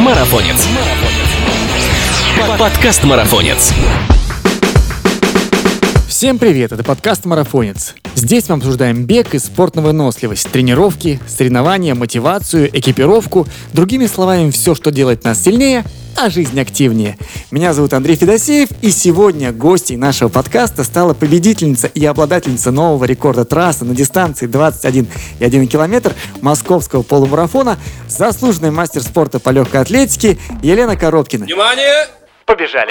Марафонец. Подкаст «Марафонец». Всем привет, это подкаст «Марафонец». Здесь мы обсуждаем бег и спорт на выносливость, тренировки, соревнования, мотивацию, экипировку, другими словами, все, что делает нас сильнее, а жизнь активнее. Меня зовут Андрей Федосеев, и сегодня гостьей нашего подкаста стала победительница и обладательница нового рекорда трассы на дистанции 21,1 километр московского полумарафона, заслуженный мастер спорта по легкой атлетике Елена Коробкина. Внимание! Побежали!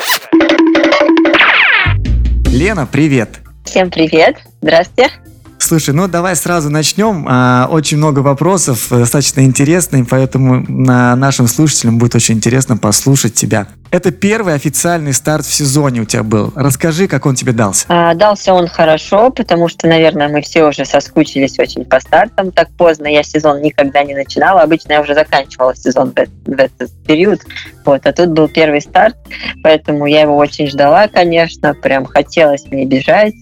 Лена, привет! Всем привет! Здравствуйте! Слушай, давай сразу начнем. Очень много вопросов, достаточно интересные, поэтому нашим слушателям будет очень интересно послушать тебя. Это первый официальный старт в сезоне у тебя был. Расскажи, как он тебе дался. Дался он хорошо, потому что, наверное, мы все уже соскучились очень по стартам. Так поздно я сезон никогда не начинала. Обычно я уже заканчивала сезон в этот период. А тут был первый старт, поэтому я его очень ждала, конечно. Прям хотелось мне бежать.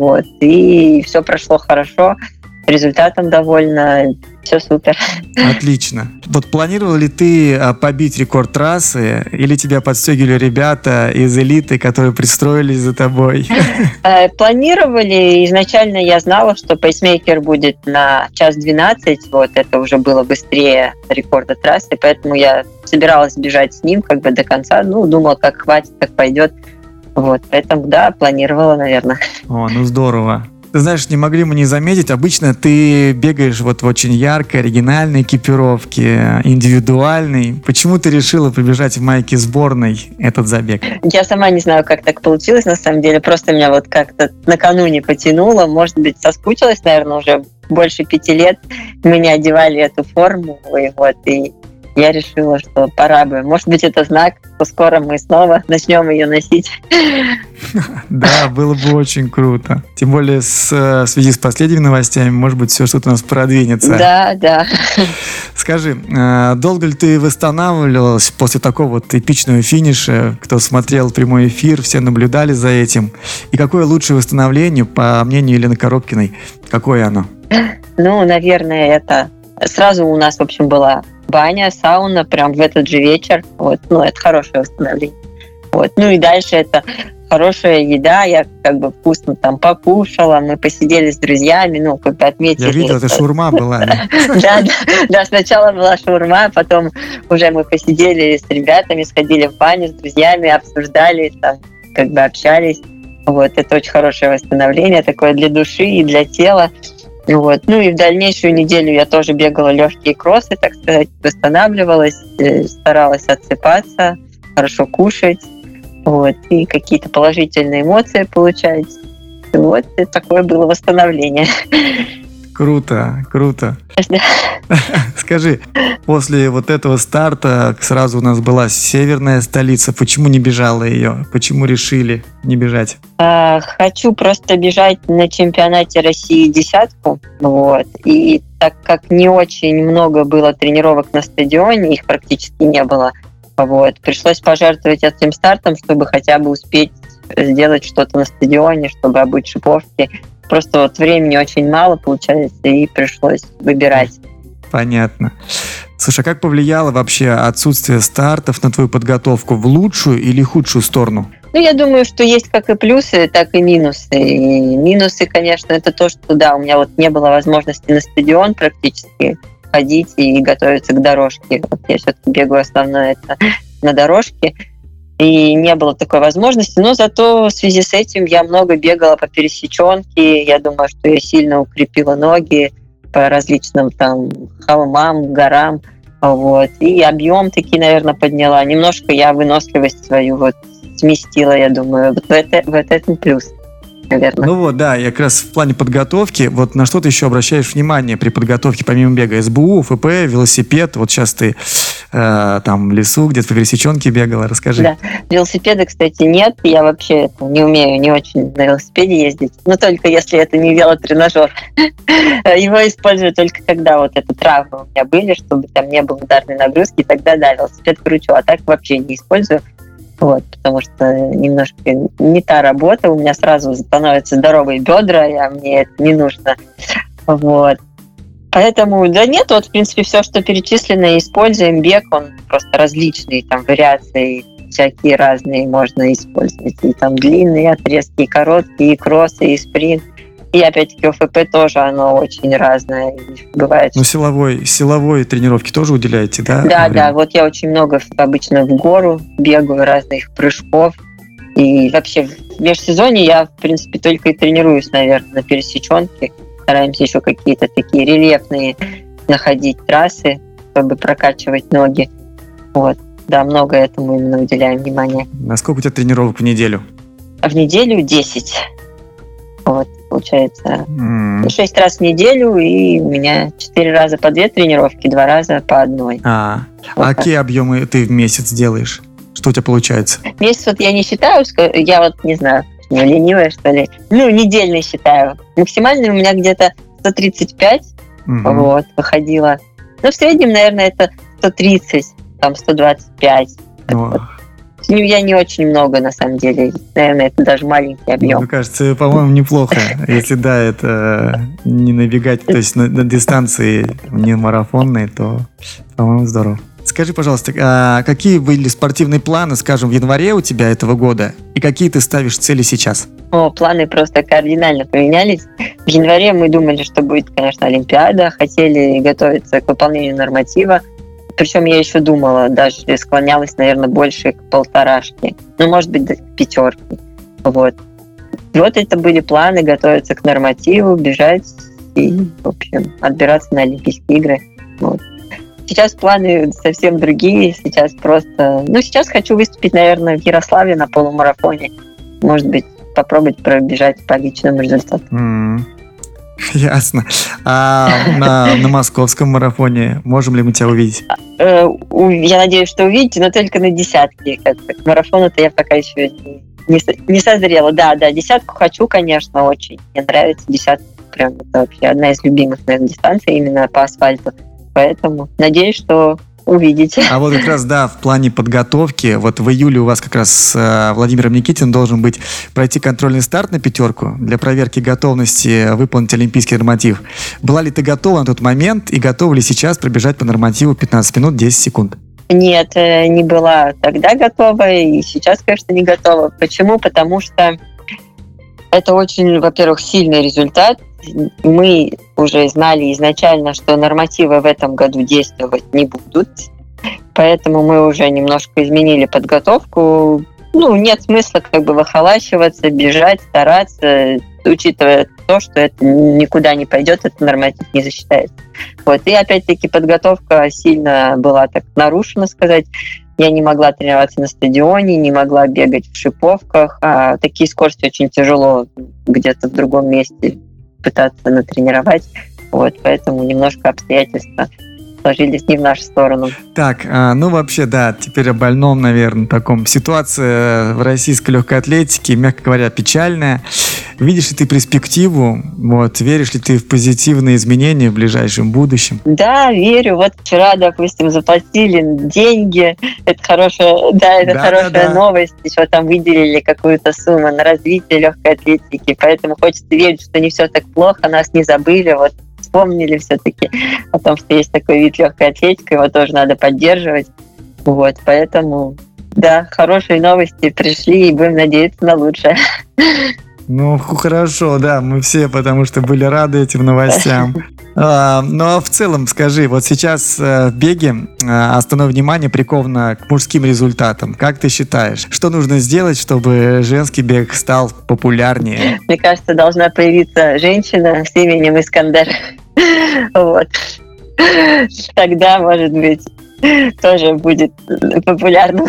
И все прошло хорошо. Результатом довольна. Все супер. Отлично. Планировал ли ты побить рекорд трассы, или тебя подстегивали ребята из элиты, которые пристроились за тобой? Планировали. Изначально я знала, что пейсмейкер будет на 1:12. Это уже было быстрее рекорда трассы, поэтому я собиралась бежать с ним до конца. Думала, как хватит, как пойдет. Поэтому, да, планировала, наверное. Здорово. Ты знаешь, не могли мы не заметить, обычно ты бегаешь в очень яркой, оригинальной экипировке, индивидуальной. Почему ты решила побежать в майке сборной этот забег? Я сама не знаю, как так получилось, на самом деле. Просто меня как-то накануне потянуло. Может быть, соскучилась, наверное, уже больше 5 лет. Мы не одевали эту форму, и я решила, что пора бы. Может быть, это знак, что скоро мы снова начнем ее носить. Да, было бы очень круто. Тем более в связи с последними новостями, может быть, все что-то у нас продвинется. Да. Скажи, долго ли ты восстанавливалась после такого эпичного финиша? Кто смотрел прямой эфир, все наблюдали за этим. И какое лучшее восстановление, по мнению Елены Коробкиной? Какое оно? Наверное, это... Сразу у нас, в общем, была баня, сауна, прям в этот же вечер. Это хорошее восстановление. И дальше это хорошая еда, я вкусно там покушала, мы посидели с друзьями, отметили. Я видел, это шаурма была. Да, сначала была шаурма, потом уже мы посидели с ребятами, сходили в баню с друзьями, обсуждали, общались. Это очень хорошее восстановление, такое для души и для тела. И в дальнейшую неделю я тоже бегала легкие кроссы, так сказать, восстанавливалась, старалась отсыпаться, хорошо кушать, и какие-то положительные эмоции получать. И такое было восстановление. Круто. Скажи, после этого старта сразу у нас была северная столица. Почему не бежала ее? Почему решили не бежать? Хочу просто бежать на чемпионате России 10. И так как не очень много было тренировок на стадионе, их практически не было, пришлось пожертвовать этим стартом, чтобы хотя бы успеть сделать что-то на стадионе, чтобы обуть шиповки. Просто времени очень мало получается, и пришлось выбирать. Понятно. Слушай, а как повлияло вообще отсутствие стартов на твою подготовку, в лучшую или худшую сторону? Я думаю, что есть как и плюсы, так и минусы. И минусы, конечно, это то, что у меня не было возможности на стадион практически ходить и готовиться к дорожке. Я все-таки бегаю основное это на дорожке. И не было такой возможности, но зато в связи с этим я много бегала по пересеченке. Я думаю, что я сильно укрепила ноги по различным холмам, горам. И объем таки, наверное, подняла. Немножко я выносливость свою сместила, я думаю. В этом плюс, наверное. Да, я как раз в плане подготовки, на что ты еще обращаешь внимание при подготовке, помимо бега? СБУ, ФП, велосипед, сейчас ты в лесу, где-то по пересеченке бегала, расскажи. Да, велосипеда, кстати, нет, я вообще не умею не очень на велосипеде ездить, но только если это не велотренажер. Его использую только когда это травмы у меня были, чтобы там не было ударной нагрузки, тогда да, велосипед кручу, а так вообще не использую. Потому что немножко не та работа, у меня сразу становятся здоровые бедра, а мне это не нужно. Поэтому, да нет, вот, в принципе, все, что перечислено, используем. Бег, он просто различный, там, вариации всякие разные можно использовать. И там длинные отрезки, и короткие, и кроссы, и спринт. И опять-таки ОФП тоже, оно очень разное. И бывает. Ну, силовой тренировки тоже уделяете, да? Да, вот я очень много обычно в гору бегаю, разных прыжков. И вообще в межсезонье я, в принципе, только и тренируюсь, наверное, на пересеченке. Стараемся еще какие-то такие рельефные находить трассы, чтобы прокачивать ноги. Вот. Да, много этому именно уделяем внимания. Насколько у тебя тренировок в неделю? В неделю 10. Вот, получается, 6 раз в неделю, и у меня 4 раза по 2 тренировки, 2 раза по 1. Вот какие объемы ты в месяц делаешь? Что у тебя получается? Месяц вот я не считаю, я вот не знаю, ленивая, что ли. Недельный считаю. Максимальный у меня где-то 135 вот, выходило. В среднем, наверное, это 130, там 125. Я не очень много, на самом деле. Наверное, это даже маленький объем. Мне кажется, по-моему, неплохо. Если да, это не набегать, то есть на дистанции не марафонные, то, по-моему, здорово. Скажи, пожалуйста, какие были спортивные планы, скажем, в январе у тебя этого года, и какие ты ставишь цели сейчас? Планы просто кардинально поменялись. В январе мы думали, что будет, конечно, Олимпиада, хотели готовиться к выполнению норматива. Причем я еще думала, даже склонялась, наверное, больше к 1,5. Может быть, до 5. Вот это были планы, готовиться к нормативу, бежать и, в общем, отбираться на Олимпийские игры. Вот. Сейчас планы совсем другие. Сейчас просто... сейчас хочу выступить, наверное, в Ярославле на полумарафоне. Может быть, попробовать пробежать по личному результату. Ясно. А на московском марафоне можем ли мы тебя увидеть? Я надеюсь, что увидите, но только на десятке. К марафону-то я пока еще не созрела. Да, десятку хочу, конечно, очень. Мне нравится десятка. Прям это вообще одна из любимых, наверное, дистанций именно по асфальту. Поэтому надеюсь, что увидите. А вот как раз, да, в плане подготовки, вот в июле у вас как раз с Владимиром Никитиным должен быть пройти контрольный старт на 5 для проверки готовности выполнить олимпийский норматив. Была ли ты готова на тот момент и готова ли сейчас пробежать по нормативу 15 минут 10 секунд? Нет, не была тогда готова и сейчас, конечно, не готова. Почему? Потому что это очень, во-первых, сильный результат. Мы уже знали изначально, что нормативы в этом году действовать не будут, поэтому мы уже немножко изменили подготовку. Нет смысла выхолащиваться, бежать, стараться, учитывая то, что это никуда не пойдет, этот норматив не засчитается. И опять-таки подготовка сильно была так нарушена, сказать. Я не могла тренироваться на стадионе, не могла бегать в шиповках, а такие скорости очень тяжело где-то в другом месте пытаться натренировать. Поэтому немножко обстоятельства сложились не в нашу сторону. Так, вообще, да, теперь о больном, наверное, таком. Ситуация в российской легкой атлетике, мягко говоря, печальная. Видишь ли ты перспективу? Веришь ли ты в позитивные изменения в ближайшем будущем? Да, верю. Вчера, допустим, заплатили деньги. Это хорошая новость. Еще там выделили какую-то сумму на развитие легкой атлетики. Поэтому хочется верить, что не все так плохо, нас не забыли. Вспомнили все-таки о том, что есть такой вид легкой атлетики, его тоже надо поддерживать. Поэтому, да, хорошие новости пришли, и будем надеяться на лучшее. Хорошо, да, мы все, потому что были рады этим новостям. А в целом, скажи, сейчас в беге основное внимание приковано к мужским результатам. Как ты считаешь, что нужно сделать, чтобы женский бег стал популярнее? Мне кажется, должна появиться женщина с именем Искандер. Тогда, может быть, тоже будет популярным.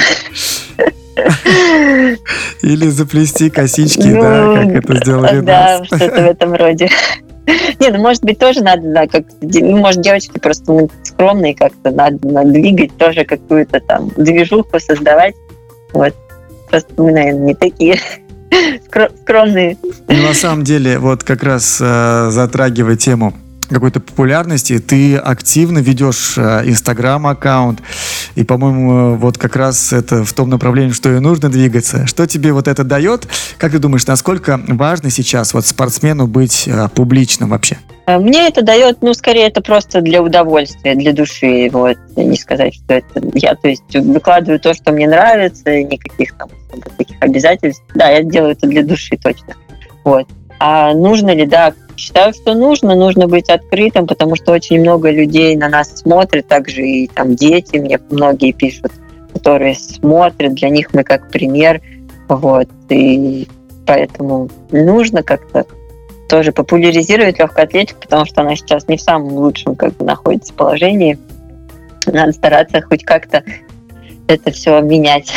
Или заплести косички, как это сделал Ренас. Да, что-то в этом роде. Может быть, тоже надо, может, девочки просто скромные как-то, надо двигать тоже какую-то там движуху создавать. Просто мы, наверное, не такие скромные. На самом деле, как раз затрагивая тему какой-то популярности. Ты активно ведешь Инстаграм-аккаунт. И, по-моему, вот как раз это в том направлении, что и нужно двигаться. Что тебе вот это дает? Как ты думаешь, насколько важно сейчас вот спортсмену быть публичным вообще? Мне это дает, скорее это просто для удовольствия, для души. Вот. Не сказать, что это я, то есть выкладываю то, что мне нравится, никаких там таких обязательств. Да, я делаю это для души точно. Вот. А нужно ли, да, считаю, что нужно быть открытым, потому что очень много людей на нас смотрят, также и там дети мне многие пишут, которые смотрят, для них мы как пример, вот, и поэтому нужно как-то тоже популяризировать легкую атлетику, потому что она сейчас не в самом лучшем находится положении, надо стараться хоть как-то это все менять.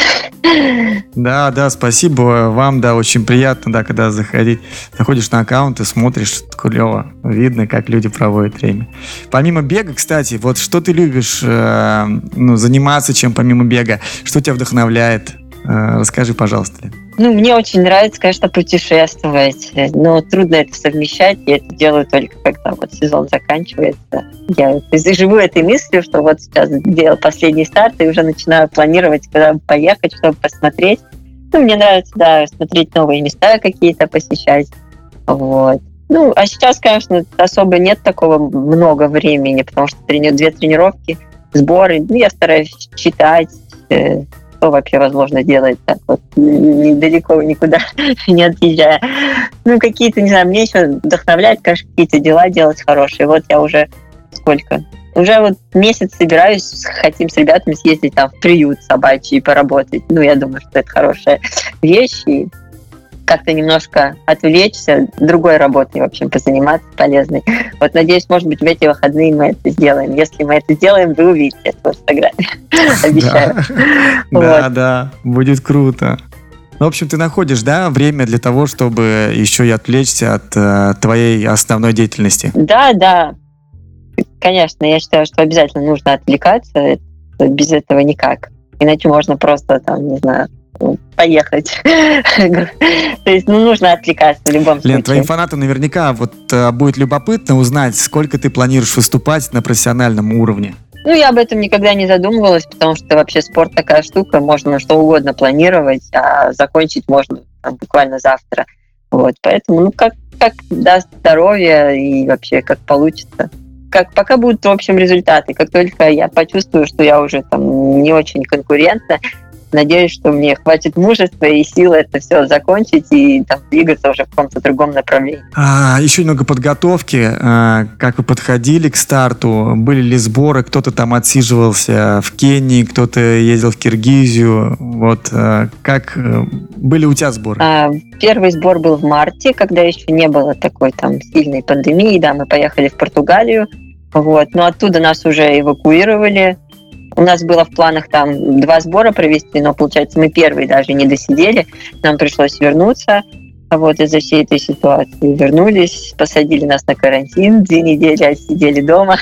Да, спасибо вам, да, очень приятно, да, когда заходишь на аккаунт и смотришь, клево, видно, как люди проводят время. Помимо бега, кстати, вот что ты любишь заниматься, чем помимо бега, что тебя вдохновляет? Расскажи, пожалуйста, Лен. Мне очень нравится, конечно, путешествовать, но трудно это совмещать. Я это делаю только когда вот сезон заканчивается. Я живу этой мыслью, что вот сейчас делаю последний старт и уже начинаю планировать, куда поехать, чтобы посмотреть. Мне нравится, да, смотреть новые места какие-то, посещать. Вот. А сейчас, конечно, особо нет такого много времени, потому что 2 тренировки, сборы. Я стараюсь читать, что вообще возможно делать так вот, недалеко никуда не отъезжая. Какие-то, не знаю, мне еще вдохновляет, конечно, какие-то дела делать хорошие. Вот я уже Уже вот месяц собираюсь, хотим с ребятами съездить там в приют собачий и поработать. Я думаю, что это хорошая вещь. И как-то немножко отвлечься, другой работой, в общем, позаниматься полезной. Вот, надеюсь, может быть, в эти выходные мы это сделаем. Если мы это сделаем, вы увидите это в Инстаграме. Обещаю. Да, будет круто. В общем, ты находишь, да, время для того, чтобы еще и отвлечься от твоей основной деятельности? Да. Конечно, я считаю, что обязательно нужно отвлекаться. Без этого никак. Иначе можно просто, не знаю, поехать. То есть, нужно отвлекаться в любом случае. Лен, твоим фанатам наверняка будет любопытно узнать, сколько ты планируешь выступать на профессиональном уровне. Я об этом никогда не задумывалась, потому что вообще спорт такая штука, можно что угодно планировать, а закончить можно буквально завтра. Вот, поэтому, как даст здоровье и вообще как получится. Пока будут, в общем, результаты. Как только я почувствую, что я уже не очень конкурентна, надеюсь, что мне хватит мужества и силы это все закончить и двигаться уже в каком-то другом направлении. Еще немного подготовки. Как вы подходили к старту? Были ли сборы? Кто-то там отсиживался в Кении, кто-то ездил в Киргизию. Вот как были у тебя сборы? Первый сбор был в марте, когда еще не было такой сильной пандемии. Да, мы поехали в Португалию. Вот. Но оттуда нас уже эвакуировали. У нас было в планах 2 сбора провести, но, получается, мы первый даже не досидели. Нам пришлось вернуться из-за всей этой ситуации. Вернулись, посадили нас на карантин, 2 недели отсидели дома.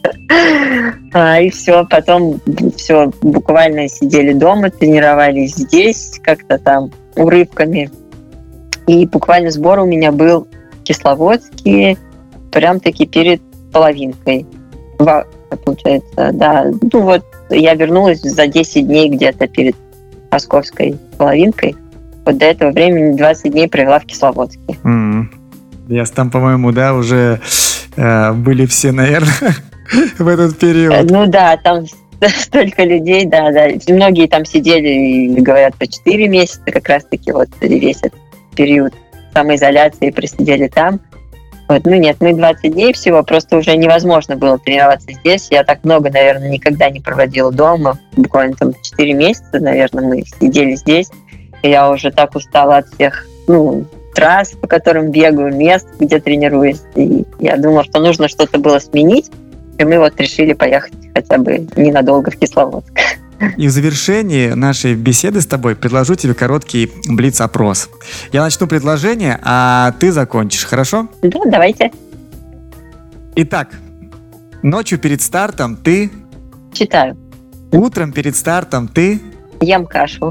И все, потом буквально сидели дома, тренировались здесь, как-то урывками. И буквально сбор у меня был в Кисловодске, прям-таки перед половинкой. Получается, да. Я вернулась за 10 дней где-то перед московской половинкой. Вот до этого времени 20 дней провела в Кисловодске. Я там, по-моему, да, уже были все, наверное, в этот период. Там столько людей, да. Многие там сидели, и говорят, по 4 месяца как раз-таки весь этот период самоизоляции просидели там. Нет, мы 20 дней всего, просто уже невозможно было тренироваться здесь. Я так много, наверное, никогда не проводила дома. Буквально 4 месяца, наверное, мы сидели здесь. И я уже так устала от всех трасс, по которым бегаю, мест, где тренируюсь. И я думала, что нужно что-то было сменить. И мы решили поехать хотя бы ненадолго в Кисловодск. И в завершении нашей беседы с тобой предложу тебе короткий блиц-опрос. Я начну предложение, а ты закончишь, хорошо? Да, давайте. Итак, ночью перед стартом ты... Читаю. Утром перед стартом ты... Ем кашу.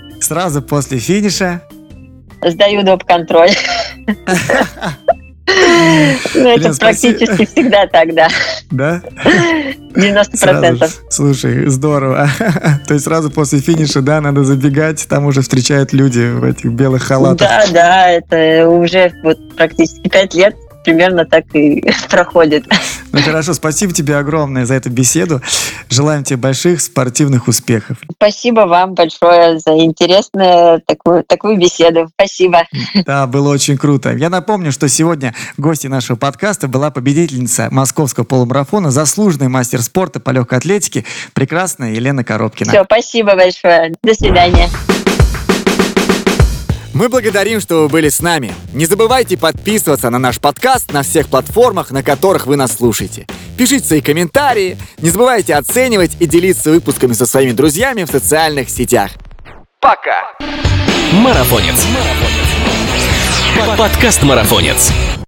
Сразу после финиша... Сдаю доп. Контроль. Это практически всегда так, да. Да? 90%. Слушай, здорово. То есть сразу после финиша, да, надо забегать, там уже встречают люди в этих белых халатах. Да, это уже вот практически 5 лет примерно так и проходит. Ну хорошо, спасибо тебе огромное за эту беседу. Желаем тебе больших спортивных успехов. Спасибо вам большое за интересную такую беседу. Спасибо. Да, было очень круто. Я напомню, что сегодня гостьей нашего подкаста была победительница московского полумарафона, заслуженный мастер спорта по легкой атлетике, прекрасная Елена Коробкина. Все, спасибо большое. До свидания. Мы благодарим, что вы были с нами. Не забывайте подписываться на наш подкаст на всех платформах, на которых вы нас слушаете. Пишите свои комментарии, не забывайте оценивать и делиться выпусками со своими друзьями в социальных сетях. Пока! Марафонец. Подкаст «Марафонец».